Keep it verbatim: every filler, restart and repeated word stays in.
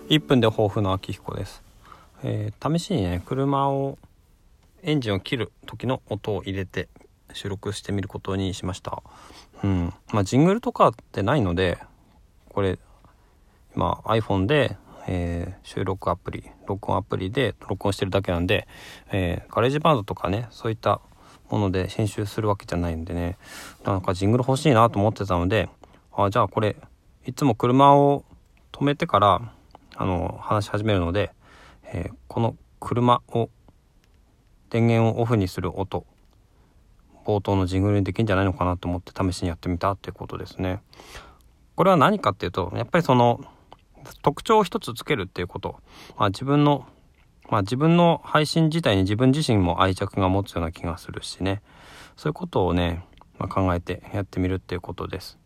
いっぷんで抱負の秋彦です。えー、試しにね車をエンジンを切る時の音を入れて収録してみることにしました。うんまあジングルとかってないので、これ今 iPhone で、えー、収録アプリ録音アプリで録音してるだけなんで、えー、ガレージバンドとかねそういったもので編集するわけじゃないんでね、なんかジングル欲しいなと思ってたので、あじゃあこれいつも車を止めてからあの話し始めるので、えー、この車を電源をオフにする音冒頭のジングルにできるんじゃないのかなと思って試しにやってみたっていうことですね。これは何かっていうと、やっぱりその特徴を一つつけるっていうこと、まあ、自分のまあ自分の配信自体に自分自身も愛着が持つような気がするしね、そういうことをね、まあ、考えてやってみるっていうことです。